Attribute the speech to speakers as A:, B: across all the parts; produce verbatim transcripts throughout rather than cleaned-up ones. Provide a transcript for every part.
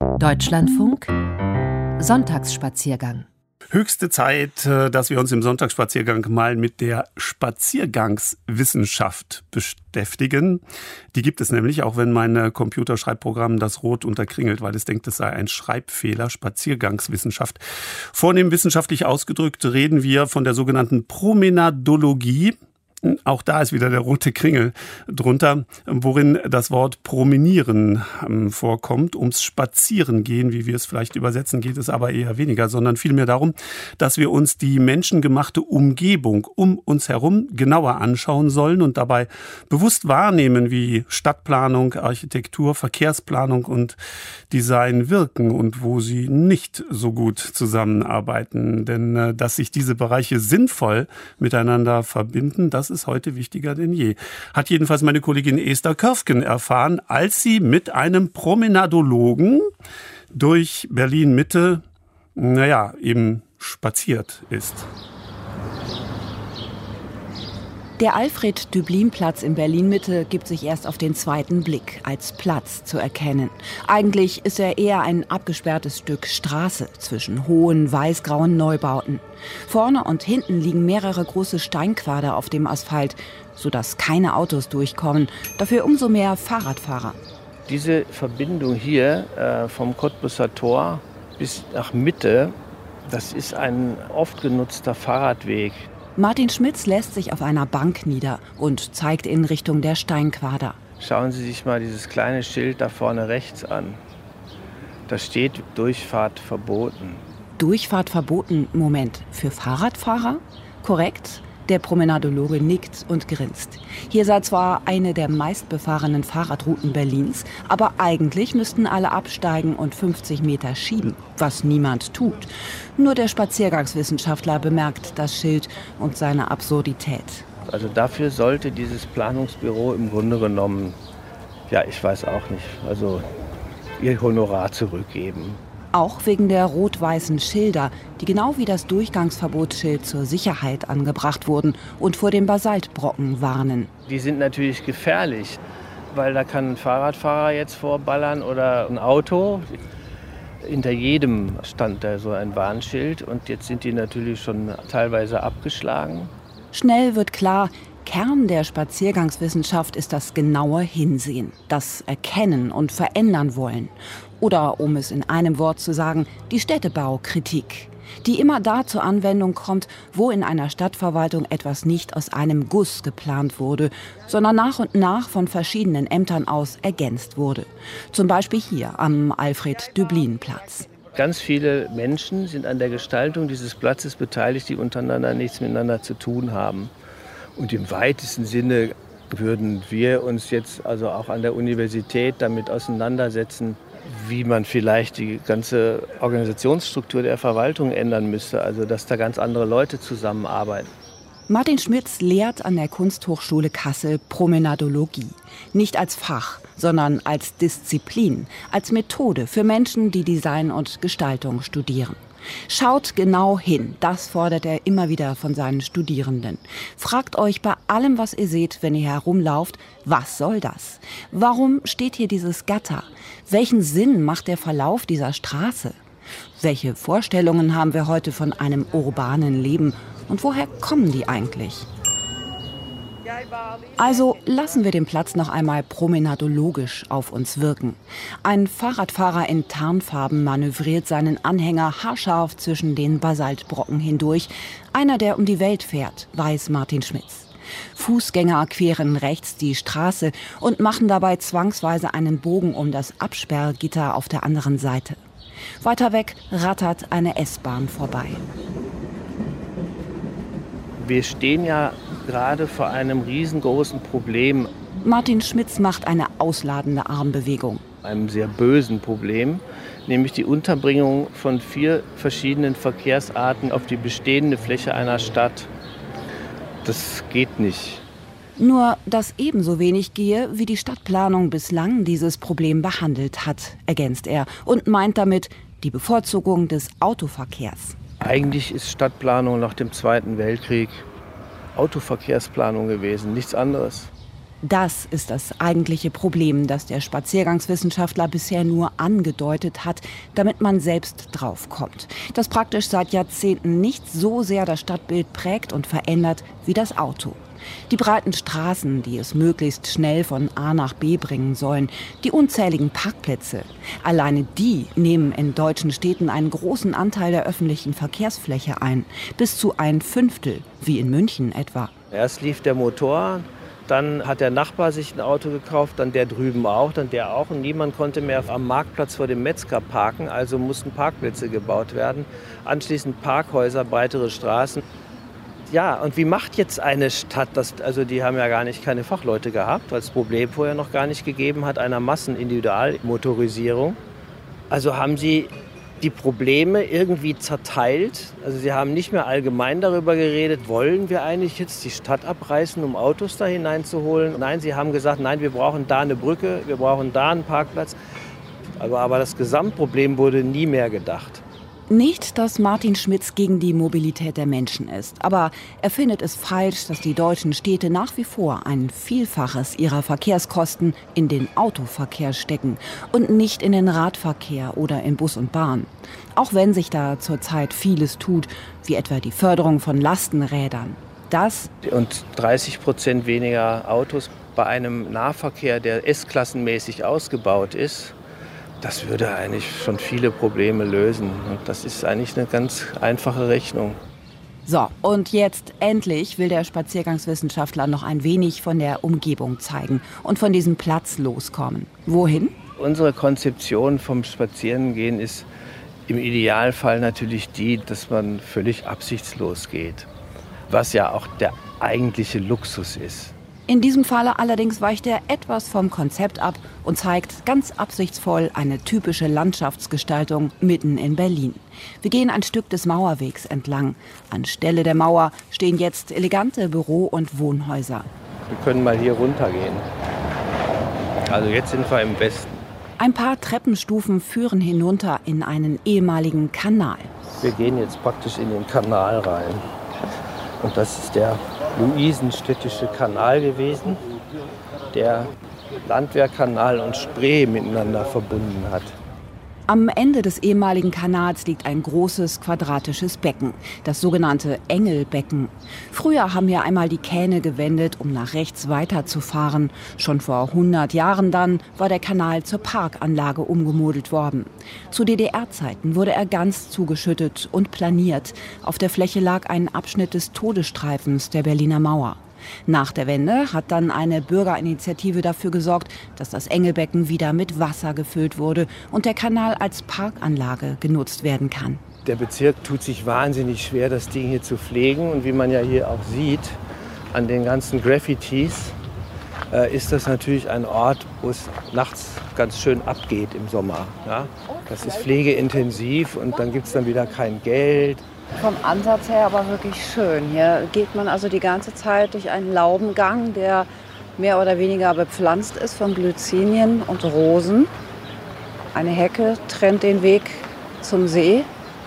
A: Deutschlandfunk Sonntagsspaziergang.
B: Höchste Zeit, dass wir uns im Sonntagsspaziergang mal mit der Spaziergangswissenschaft beschäftigen. Die gibt es nämlich, auch wenn mein Computerschreibprogramm das rot unterkringelt, weil es denkt, es sei ein Schreibfehler. Spaziergangswissenschaft. Vornehm wissenschaftlich ausgedrückt reden wir von der sogenannten Promenadologie. Auch da ist wieder der rote Kringel drunter, worin das Wort promenieren ähm, vorkommt. Ums Spazierengehen, wie wir es vielleicht übersetzen, geht es aber eher weniger, sondern vielmehr darum, dass wir uns die menschengemachte Umgebung um uns herum genauer anschauen sollen und dabei bewusst wahrnehmen, wie Stadtplanung, Architektur, Verkehrsplanung und Design wirken und wo sie nicht so gut zusammenarbeiten. Denn äh, dass sich diese Bereiche sinnvoll miteinander verbinden, das ist heute wichtiger denn je. Hat jedenfalls meine Kollegin Esther Körfgen erfahren, als sie mit einem Promenadologen durch Berlin-Mitte, naja, eben spaziert ist.
A: Der Alfred-Döblin-Platz in Berlin-Mitte gibt sich erst auf den zweiten Blick als Platz zu erkennen. Eigentlich ist er eher ein abgesperrtes Stück Straße zwischen hohen, weiß-grauen Neubauten. Vorne und hinten liegen mehrere große Steinquader auf dem Asphalt, sodass keine Autos durchkommen, dafür umso mehr Fahrradfahrer.
C: Diese Verbindung hier äh, vom Cottbuser Tor bis nach Mitte, das ist ein oft genutzter Fahrradweg.
A: Martin Schmitz lässt sich auf einer Bank nieder und zeigt in Richtung der Steinquader.
C: Schauen Sie sich mal dieses kleine Schild da vorne rechts an. Da steht Durchfahrt verboten.
A: Durchfahrt verboten, Moment, für Fahrradfahrer? Korrekt? Der Promenadologe nickt und grinst. Hier sei zwar eine der meistbefahrenen Fahrradrouten Berlins, aber eigentlich müssten alle absteigen und fünfzig Meter schieben, was niemand tut. Nur der Spaziergangswissenschaftler bemerkt das Schild und seine Absurdität.
C: Also dafür sollte dieses Planungsbüro im Grunde genommen, ja, ich weiß auch nicht, also ihr Honorar zurückgeben.
A: Auch wegen der rot-weißen Schilder, die genau wie das Durchgangsverbotsschild zur Sicherheit angebracht wurden und vor dem Basaltbrocken warnen.
C: Die sind natürlich gefährlich, weil da kann ein Fahrradfahrer jetzt vorballern oder ein Auto. Hinter jedem stand da so ein Warnschild und jetzt sind die natürlich schon teilweise abgeschlagen.
A: Schnell wird klar, Kern der Spaziergangswissenschaft ist das genaue Hinsehen, das Erkennen und Verändern wollen. Oder, um es in einem Wort zu sagen, die Städtebaukritik, die immer da zur Anwendung kommt, wo in einer Stadtverwaltung etwas nicht aus einem Guss geplant wurde, sondern nach und nach von verschiedenen Ämtern aus ergänzt wurde. Zum Beispiel hier am Alfred-Döblin-Platz.
C: Ganz viele Menschen sind an der Gestaltung dieses Platzes beteiligt, die untereinander nichts miteinander zu tun haben. Und im weitesten Sinne würden wir uns jetzt also auch an der Universität damit auseinandersetzen, wie man vielleicht die ganze Organisationsstruktur der Verwaltung ändern müsste, also dass da ganz andere Leute zusammenarbeiten.
A: Martin Schmitz lehrt an der Kunsthochschule Kassel Promenadologie. Nicht als Fach, sondern als Disziplin, als Methode für Menschen, die Design und Gestaltung studieren. Schaut genau hin, das fordert er immer wieder von seinen Studierenden. Fragt euch bei allem, was ihr seht, wenn ihr herumlauft, was soll das? Warum steht hier dieses Gatter? Welchen Sinn macht der Verlauf dieser Straße? Welche Vorstellungen haben wir heute von einem urbanen Leben und woher kommen die eigentlich? Also lassen wir den Platz noch einmal promenadologisch auf uns wirken. Ein Fahrradfahrer in Tarnfarben manövriert seinen Anhänger haarscharf zwischen den Basaltbrocken hindurch. Einer, der um die Welt fährt, weiß Martin Schmitz. Fußgänger queren rechts die Straße und machen dabei zwangsweise einen Bogen um das Absperrgitter auf der anderen Seite. Weiter weg rattert eine S-Bahn vorbei.
C: Wir stehen ja gerade vor einem riesengroßen Problem.
A: Martin Schmitz macht eine ausladende Armbewegung.
C: Einem sehr bösen Problem, nämlich die Unterbringung von vier verschiedenen Verkehrsarten auf die bestehende Fläche einer Stadt. Das geht nicht.
A: Nur, dass ebenso wenig gehe, wie die Stadtplanung bislang dieses Problem behandelt hat, ergänzt er und meint damit die Bevorzugung des Autoverkehrs.
C: Eigentlich ist Stadtplanung nach dem Zweiten Weltkrieg Autoverkehrsplanung gewesen, nichts anderes.
A: Das ist das eigentliche Problem, das der Spaziergangswissenschaftler bisher nur angedeutet hat, damit man selbst draufkommt. Das praktisch seit Jahrzehnten nicht so sehr das Stadtbild prägt und verändert wie das Auto. Die breiten Straßen, die es möglichst schnell von A nach B bringen sollen, die unzähligen Parkplätze. Alleine die nehmen in deutschen Städten einen großen Anteil der öffentlichen Verkehrsfläche ein. Bis zu ein Fünftel, wie in München etwa.
C: Erst lief der Motor, dann hat der Nachbar sich ein Auto gekauft, dann der drüben auch, dann der auch. Und niemand konnte mehr am Marktplatz vor dem Metzger parken, also mussten Parkplätze gebaut werden. Anschließend Parkhäuser, breitere Straßen. Ja, und wie macht jetzt eine Stadt das? Also die haben ja gar nicht keine Fachleute gehabt, weil es das Problem vorher noch gar nicht gegeben hat, einer Massenindividualmotorisierung. Also haben sie die Probleme irgendwie zerteilt. Also sie haben nicht mehr allgemein darüber geredet, wollen wir eigentlich jetzt die Stadt abreißen, um Autos da hineinzuholen. Nein, sie haben gesagt, nein, wir brauchen da eine Brücke, wir brauchen da einen Parkplatz. Aber, aber das Gesamtproblem wurde nie mehr gedacht.
A: Nicht, dass Martin Schmitz gegen die Mobilität der Menschen ist, aber er findet es falsch, dass die deutschen Städte nach wie vor ein Vielfaches ihrer Verkehrskosten in den Autoverkehr stecken und nicht in den Radverkehr oder in Bus und Bahn. Auch wenn sich da zurzeit vieles tut, wie etwa die Förderung von Lastenrädern. Das
C: und dreißig Prozent weniger Autos bei einem Nahverkehr, der S-klassenmäßig ausgebaut ist. Das würde eigentlich schon viele Probleme lösen. Und das ist eigentlich eine ganz einfache Rechnung.
A: So, und jetzt endlich will der Spaziergangswissenschaftler noch ein wenig von der Umgebung zeigen und von diesem Platz loskommen. Wohin?
C: Unsere Konzeption vom Spazierengehen ist im Idealfall natürlich die, dass man völlig absichtslos geht. Was ja auch der eigentliche Luxus ist.
A: In diesem Falle allerdings weicht er etwas vom Konzept ab und zeigt ganz absichtsvoll eine typische Landschaftsgestaltung mitten in Berlin. Wir gehen ein Stück des Mauerwegs entlang. Anstelle der Mauer stehen jetzt elegante Büro- und Wohnhäuser.
C: Wir können mal hier runtergehen. Also jetzt sind wir im Westen.
A: Ein paar Treppenstufen führen hinunter in einen ehemaligen Kanal.
C: Wir gehen jetzt praktisch in den Kanal rein. Und das ist der Luisenstädtische Kanal gewesen, der Landwehrkanal und Spree miteinander verbunden hat.
A: Am Ende des ehemaligen Kanals liegt ein großes quadratisches Becken, das sogenannte Engelbecken. Früher haben hier einmal die Kähne gewendet, um nach rechts weiterzufahren. Schon vor hundert Jahren dann war der Kanal zur Parkanlage umgemodelt worden. Zu D D R-Zeiten wurde er ganz zugeschüttet und planiert. Auf der Fläche lag ein Abschnitt des Todesstreifens der Berliner Mauer. Nach der Wende hat dann eine Bürgerinitiative dafür gesorgt, dass das Engelbecken wieder mit Wasser gefüllt wurde und der Kanal als Parkanlage genutzt werden kann.
C: Der Bezirk tut sich wahnsinnig schwer, das Ding hier zu pflegen. Und wie man ja hier auch sieht, an den ganzen Graffitis, äh, ist das natürlich ein Ort, wo es nachts ganz schön abgeht im Sommer. Ja? Das ist pflegeintensiv und dann gibt es dann wieder kein Geld.
D: Vom Ansatz her aber wirklich schön. Hier geht man also die ganze Zeit durch einen Laubengang, der mehr oder weniger bepflanzt ist von Glycinien und Rosen. Eine Hecke trennt den Weg zum See,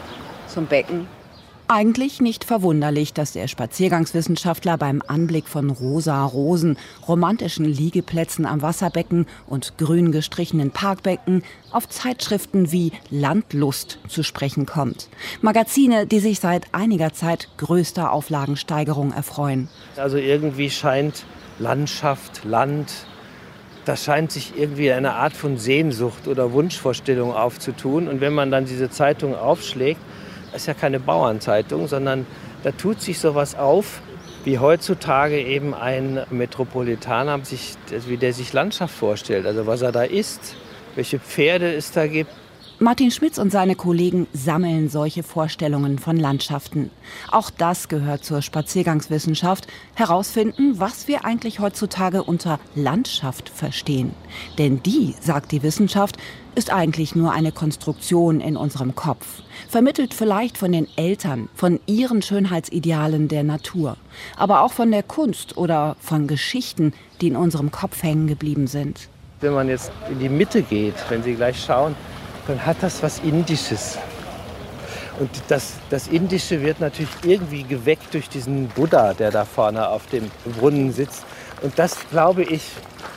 D: zum Becken.
A: Eigentlich nicht verwunderlich, dass der Spaziergangswissenschaftler beim Anblick von rosa Rosen, romantischen Liegeplätzen am Wasserbecken und grün gestrichenen Parkbecken auf Zeitschriften wie Landlust zu sprechen kommt. Magazine, die sich seit einiger Zeit größter Auflagensteigerung erfreuen.
C: Also irgendwie scheint Landschaft, Land, das scheint sich irgendwie eine Art von Sehnsucht oder Wunschvorstellung aufzutun. Und wenn man dann diese Zeitung aufschlägt, das ist ja keine Bauernzeitung, sondern da tut sich sowas auf, wie heutzutage eben ein Metropolitaner, sich, wie der sich Landschaft vorstellt. Also was er da isst, welche Pferde es da gibt.
A: Martin Schmitz und seine Kollegen sammeln solche Vorstellungen von Landschaften. Auch das gehört zur Spaziergangswissenschaft. Herausfinden, was wir eigentlich heutzutage unter Landschaft verstehen. Denn die, sagt die Wissenschaft, ist eigentlich nur eine Konstruktion in unserem Kopf. Vermittelt vielleicht von den Eltern, von ihren Schönheitsidealen der Natur. Aber auch von der Kunst oder von Geschichten, die in unserem Kopf hängen geblieben sind.
C: Wenn man jetzt in die Mitte geht, wenn Sie gleich schauen, dann hat das was Indisches. Und das, das Indische wird natürlich irgendwie geweckt durch diesen Buddha, der da vorne auf dem Brunnen sitzt. Und das, glaube ich,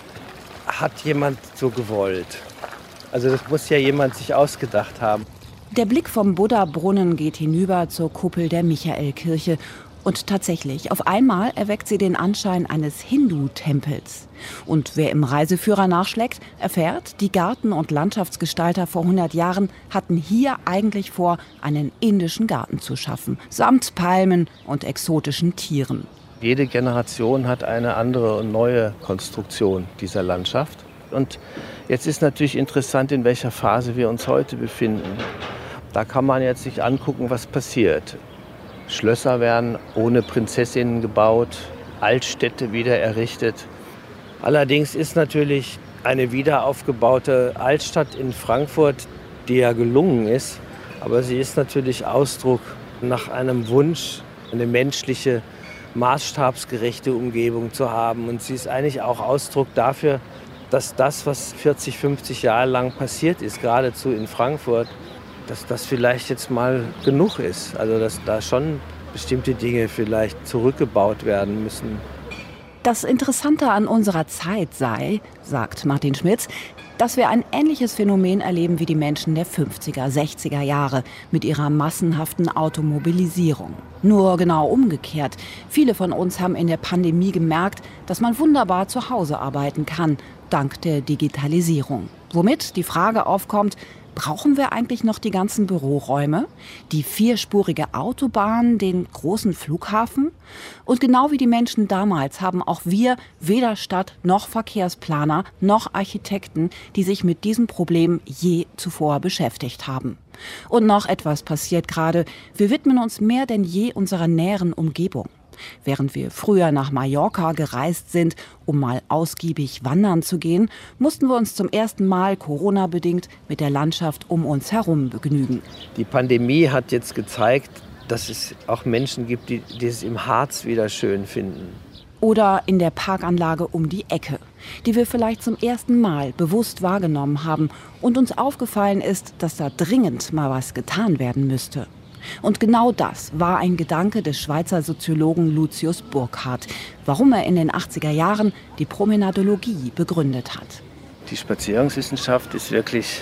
C: hat jemand so gewollt. Also das muss ja jemand sich ausgedacht haben.
A: Der Blick vom Buddha-Brunnen geht hinüber zur Kuppel der Michaelkirche. Und tatsächlich, auf einmal erweckt sie den Anschein eines Hindu-Tempels. Und wer im Reiseführer nachschlägt, erfährt, die Garten- und Landschaftsgestalter vor hundert Jahren hatten hier eigentlich vor, einen indischen Garten zu schaffen, samt Palmen und exotischen Tieren.
C: Jede Generation hat eine andere und neue Konstruktion dieser Landschaft. Und jetzt ist natürlich interessant, in welcher Phase wir uns heute befinden. Da kann man jetzt sich angucken, was passiert. Schlösser werden ohne Prinzessinnen gebaut, Altstädte wieder errichtet. Allerdings ist natürlich eine wiederaufgebaute Altstadt in Frankfurt, die ja gelungen ist, aber sie ist natürlich Ausdruck nach einem Wunsch, eine menschliche, maßstabsgerechte Umgebung zu haben. Und sie ist eigentlich auch Ausdruck dafür, dass das, was vierzig, fünfzig Jahre lang passiert ist, geradezu in Frankfurt, dass das vielleicht jetzt mal genug ist. Also dass da schon bestimmte Dinge vielleicht zurückgebaut werden müssen.
A: Das Interessante an unserer Zeit sei, sagt Martin Schmitz, dass wir ein ähnliches Phänomen erleben wie die Menschen der fünfziger, sechziger Jahre mit ihrer massenhaften Automobilisierung. Nur genau umgekehrt. Viele von uns haben in der Pandemie gemerkt, dass man wunderbar zu Hause arbeiten kann, dank der Digitalisierung. Womit die Frage aufkommt, brauchen wir eigentlich noch die ganzen Büroräume, die vierspurige Autobahn, den großen Flughafen? Und genau wie die Menschen damals haben auch wir weder Stadt- noch Verkehrsplaner noch Architekten, die sich mit diesem Problem je zuvor beschäftigt haben. Und noch etwas passiert gerade. Wir widmen uns mehr denn je unserer näheren Umgebung. Während wir früher nach Mallorca gereist sind, um mal ausgiebig wandern zu gehen, mussten wir uns zum ersten Mal Corona-bedingt mit der Landschaft um uns herum begnügen.
C: Die Pandemie hat jetzt gezeigt, dass es auch Menschen gibt, die, die es im Harz wieder schön finden.
A: Oder in der Parkanlage um die Ecke, die wir vielleicht zum ersten Mal bewusst wahrgenommen haben und uns aufgefallen ist, dass da dringend mal was getan werden müsste. Und genau das war ein Gedanke des Schweizer Soziologen Lucius Burckhardt, warum er in den achtziger Jahren die Promenadologie begründet hat.
C: Die Spaziergangswissenschaft ist wirklich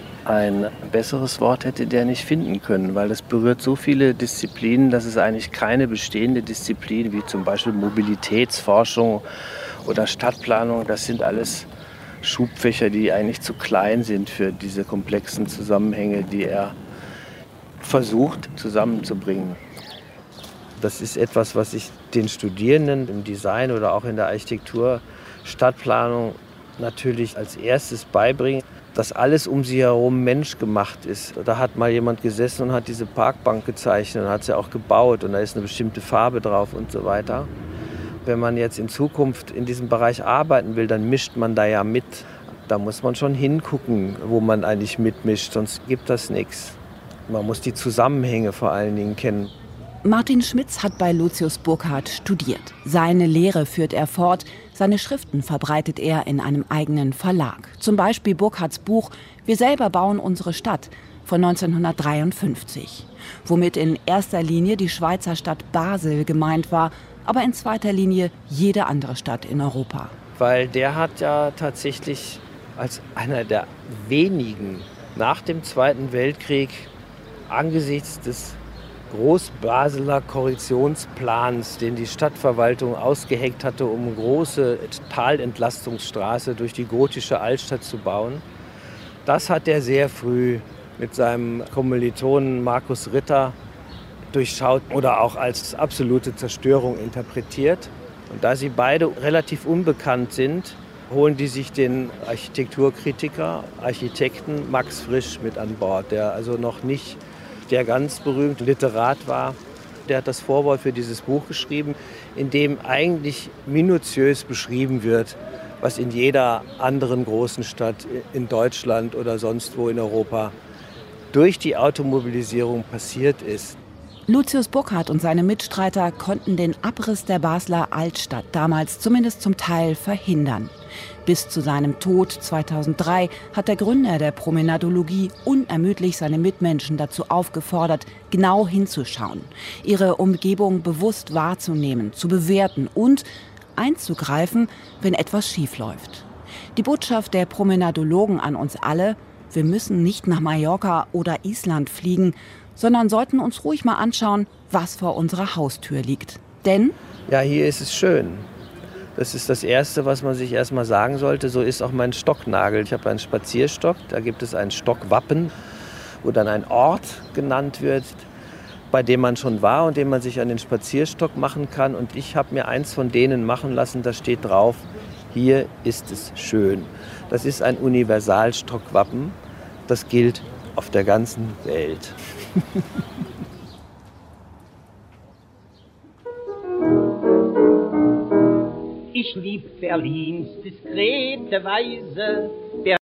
C: ein besseres Wort hätte der nicht finden können, weil das berührt so viele Disziplinen, dass es eigentlich keine bestehende Disziplin wie zum Beispiel Mobilitätsforschung oder Stadtplanung, das sind alles Schubfächer, die eigentlich zu klein sind für diese komplexen Zusammenhänge, die er versucht zusammenzubringen. Das ist etwas, was ich den Studierenden im Design oder auch in der Architektur, Stadtplanung natürlich als erstes beibringe, dass alles um sie herum menschgemacht ist. Da hat mal jemand gesessen und hat diese Parkbank gezeichnet und hat sie auch gebaut und da ist eine bestimmte Farbe drauf und so weiter. Wenn man jetzt in Zukunft in diesem Bereich arbeiten will, dann mischt man da ja mit. Da muss man schon hingucken, wo man eigentlich mitmischt, sonst gibt das nichts. Man muss die Zusammenhänge vor allen Dingen kennen.
A: Martin Schmitz hat bei Lucius Burckhardt studiert. Seine Lehre führt er fort, seine Schriften verbreitet er in einem eigenen Verlag. Zum Beispiel Burckhards Buch »Wir selber bauen unsere Stadt« von neunzehnhundertdreiundfünfzig. Womit in erster Linie die Schweizer Stadt Basel gemeint war, aber in zweiter Linie jede andere Stadt in Europa.
C: Weil der hat ja tatsächlich als einer der wenigen nach dem Zweiten Weltkrieg angesichts des Groß-Basler Korrektionsplans, den die Stadtverwaltung ausgeheckt hatte, um eine große Talentlastungsstraße durch die gotische Altstadt zu bauen. Das hat er sehr früh mit seinem Kommilitonen Markus Ritter durchschaut oder auch als absolute Zerstörung interpretiert. Und da sie beide relativ unbekannt sind, holen die sich den Architekturkritiker, Architekten Max Frisch mit an Bord, der also noch nicht der ganz berühmte Literat war. Der hat das Vorwort für dieses Buch geschrieben, in dem eigentlich minutiös beschrieben wird, was in jeder anderen großen Stadt in Deutschland oder sonst wo in Europa durch die Automobilisierung passiert ist.
A: Lucius Burckhardt und seine Mitstreiter konnten den Abriss der Basler Altstadt damals zumindest zum Teil verhindern. Bis zu seinem Tod zweitausenddrei hat der Gründer der Promenadologie unermüdlich seine Mitmenschen dazu aufgefordert, genau hinzuschauen, ihre Umgebung bewusst wahrzunehmen, zu bewerten und einzugreifen, wenn etwas schiefläuft. Die Botschaft der Promenadologen an uns alle: Wir müssen nicht nach Mallorca oder Island fliegen, sondern sollten uns ruhig mal anschauen, was vor unserer Haustür liegt. Denn
C: ja, hier ist es schön. Das ist das Erste, was man sich erstmal sagen sollte. So ist auch mein Stocknagel. Ich habe einen Spazierstock, da gibt es ein Stockwappen, wo dann ein Ort genannt wird, bei dem man schon war und den man sich an den Spazierstock machen kann. Und ich habe mir eins von denen machen lassen, da steht drauf: Hier ist es schön. Das ist ein Universalstockwappen. Das gilt auf der ganzen Welt.
E: Ich lieb Berlins diskrete Weise.